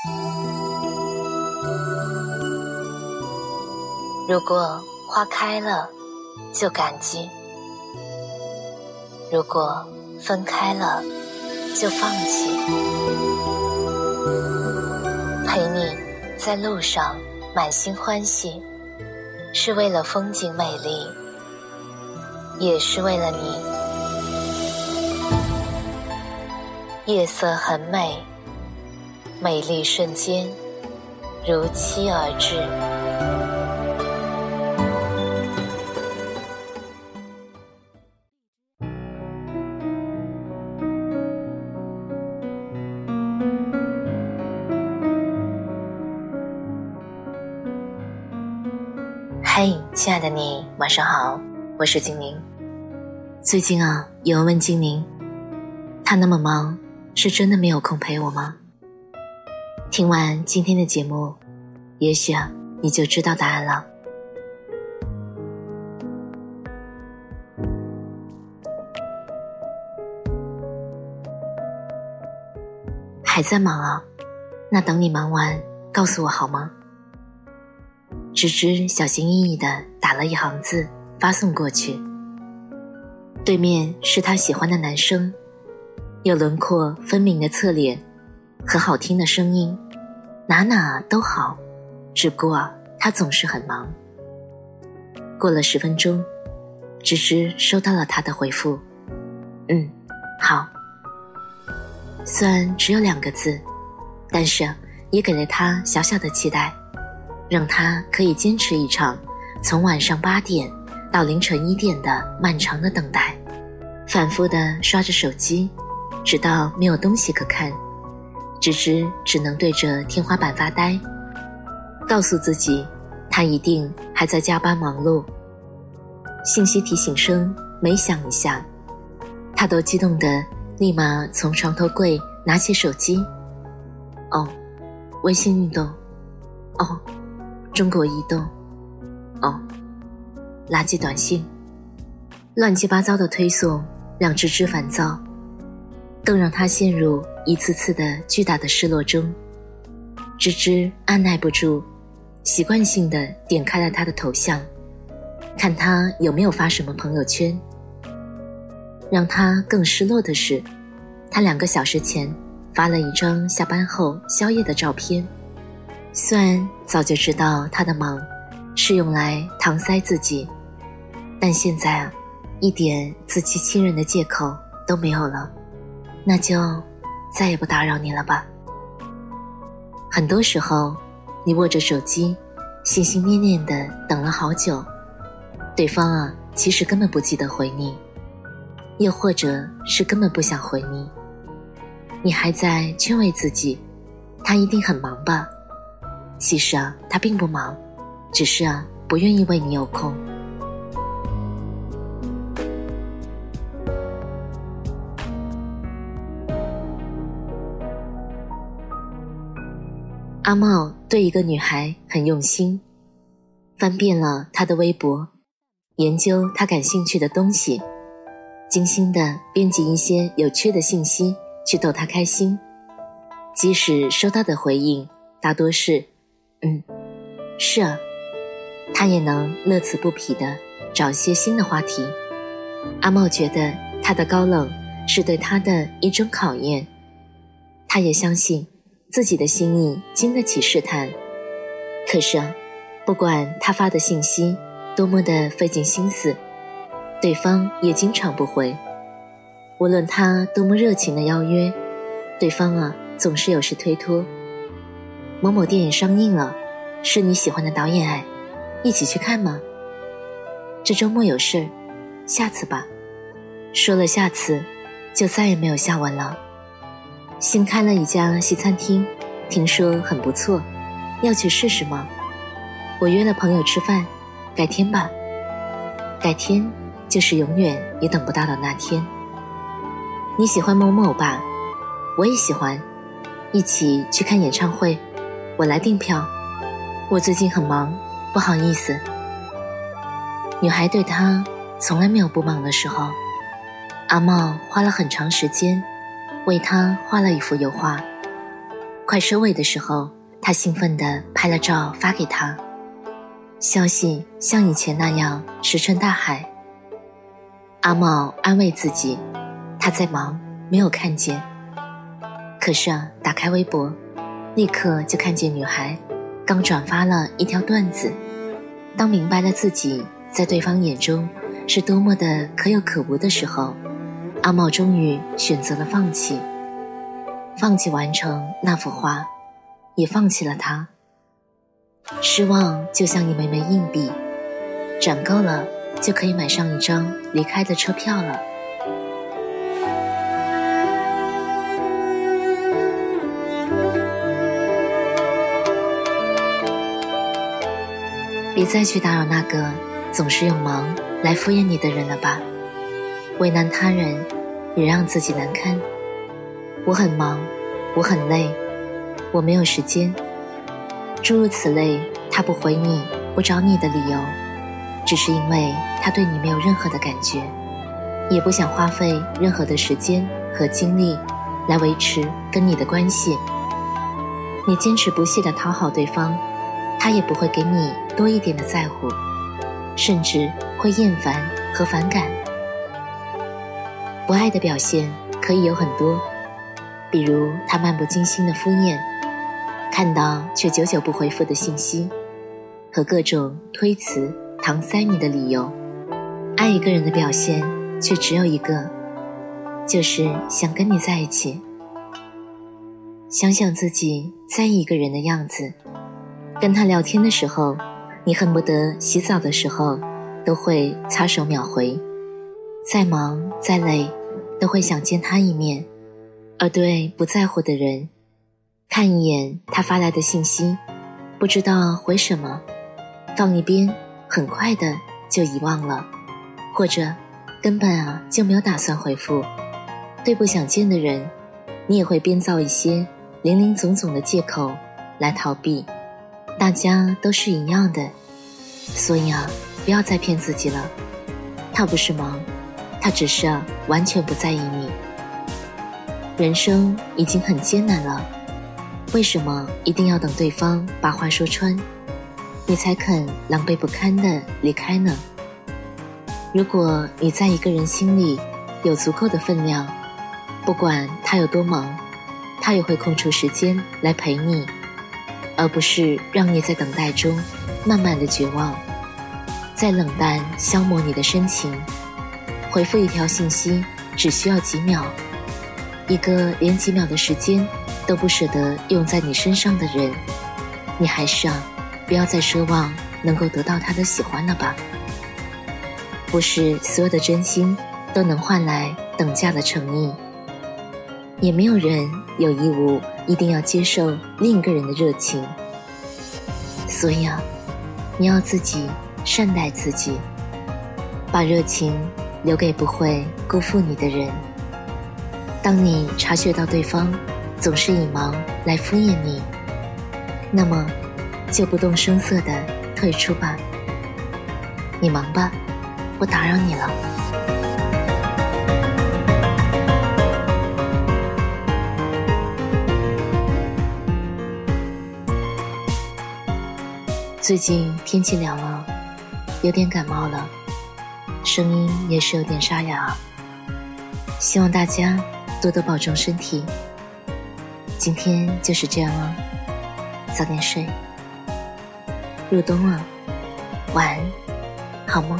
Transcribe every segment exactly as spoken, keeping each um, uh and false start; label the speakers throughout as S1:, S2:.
S1: 如果花开了，就感激；如果分开了，就放弃。陪你在路上满心欢喜，是为了风景美丽，也是为了你。夜色很美，美丽瞬间如期而至。嘿，亲爱的你，晚上好，我是精灵。最近啊，有人问精灵，他那么忙，是真的没有空陪我吗？听完今天的节目，也许啊，你就知道答案了。还在忙啊？那等你忙完，告诉我好吗？芝芝小心翼翼地打了一行字发送过去，对面是他喜欢的男生，有轮廓分明的侧脸和好听的声音，哪哪都好，只不过他总是很忙。过了十分钟，芝芝收到了他的回复，嗯，好。虽然只有两个字，但是也给了他小小的期待，让他可以坚持一场从晚上八点到凌晨一点的漫长的等待，反复地刷着手机，直到没有东西可看，芝芝只能对着天花板发呆，告诉自己他一定还在加班忙碌。信息提醒声每响一下，他都激动地立马从床头柜拿起手机，哦，微信运动，哦，中国移动，哦，垃圾短信，乱七八糟的推送让芝芝烦躁，更让他陷入一次次的巨大的失落中。芝芝按耐不住，习惯性地点开了他的头像，看他有没有发什么朋友圈。让他更失落的是，他两个小时前发了一张下班后宵夜的照片。虽然早就知道他的忙是用来搪塞自己，但现在啊，一点自欺欺人的借口都没有了，那就再也不打扰你了吧。很多时候，你握着手机，心心念念地等了好久，对方啊，其实根本不记得回你，又或者是根本不想回你。你还在劝慰自己，他一定很忙吧？其实啊，他并不忙，只是啊，不愿意为你有空。阿茂对一个女孩很用心，翻遍了她的微博，研究她感兴趣的东西，精心地编辑一些有趣的信息去逗她开心。即使收到的回应大多是嗯，是啊，他也能乐此不疲地找一些新的话题。阿茂觉得他的高冷是对他的一种考验，他也相信自己的心意经得起试探。可是啊，不管他发的信息多么的费尽心思，对方也经常不回。无论他多么热情的邀约，对方啊总是有时推脱。某某电影上映了，是你喜欢的导演哎，一起去看吗？这周末有事儿，下次吧。说了下次，就再也没有下文了。新开了一家西餐厅，听说很不错，要去试试吗？我约了朋友吃饭，改天吧。改天就是永远也等不到的那天。你喜欢某某吧？我也喜欢，一起去看演唱会，我来订票。我最近很忙，不好意思。女孩对他从来没有不忙的时候。阿茂花了很长时间为他画了一幅油画， 快收尾的时候，他兴奋地拍了照发给他，消息像以前那样石沉大海。阿茂安慰自己，他在忙，没有看见。可是啊，打开微博，立刻就看见女孩刚转发了一条段子。当明白了自己在对方眼中是多么的可有可无的时候，阿茂终于选择了放弃，放弃完成那幅画，也放弃了他。失望就像一枚枚硬币，攒够了就可以买上一张离开的车票了。别再去打扰那个总是用忙来敷衍你的人了吧，为难他人也让自己难堪。我很忙，我很累，我没有时间，诸如此类他不回你不找你的理由，只是因为他对你没有任何的感觉，也不想花费任何的时间和精力来维持跟你的关系。你坚持不懈地讨好对方，他也不会给你多一点的在乎，甚至会厌烦和反感。不爱的表现可以有很多，比如他漫不经心的敷衍，看到却久久不回复的信息，和各种推辞搪塞你的理由。爱一个人的表现却只有一个，就是想跟你在一起。想想自己在意一个人的样子，跟他聊天的时候，你恨不得洗澡的时候都会擦手秒回，再忙再累都会想见他一面。而对不在乎的人，看一眼他发来的信息，不知道回什么，放一边，很快的就遗忘了，或者根本啊就没有打算回复。对不想见的人，你也会编造一些林林总总的借口来逃避。大家都是一样的，所以啊，不要再骗自己了。他不是忙，他只是啊完全不在意你。人生已经很艰难了，为什么一定要等对方把话说穿，你才肯狼狈不堪地离开呢？如果你在一个人心里有足够的分量，不管他有多忙，他也会空出时间来陪你，而不是让你在等待中慢慢的绝望，在冷淡消磨你的深情。回复一条信息只需要几秒，一个连几秒的时间都不舍得用在你身上的人，你还是啊不要再奢望能够得到他的喜欢了吧。不是所有的真心都能换来等价的诚意，也没有人有义务一定要接受另一个人的热情。所以啊，你要自己善待自己，把热情留给不会辜负你的人。当你察觉到对方总是以忙来敷衍你，那么就不动声色地退出吧。你忙吧，不打扰你了。最近天气凉了，有点感冒了，声音也是有点沙哑，希望大家多多保重身体。今天就是这样了，早点睡。入冬了，晚安，好梦。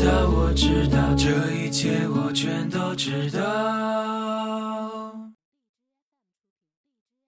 S2: 道，我知道，这一切我全都知道。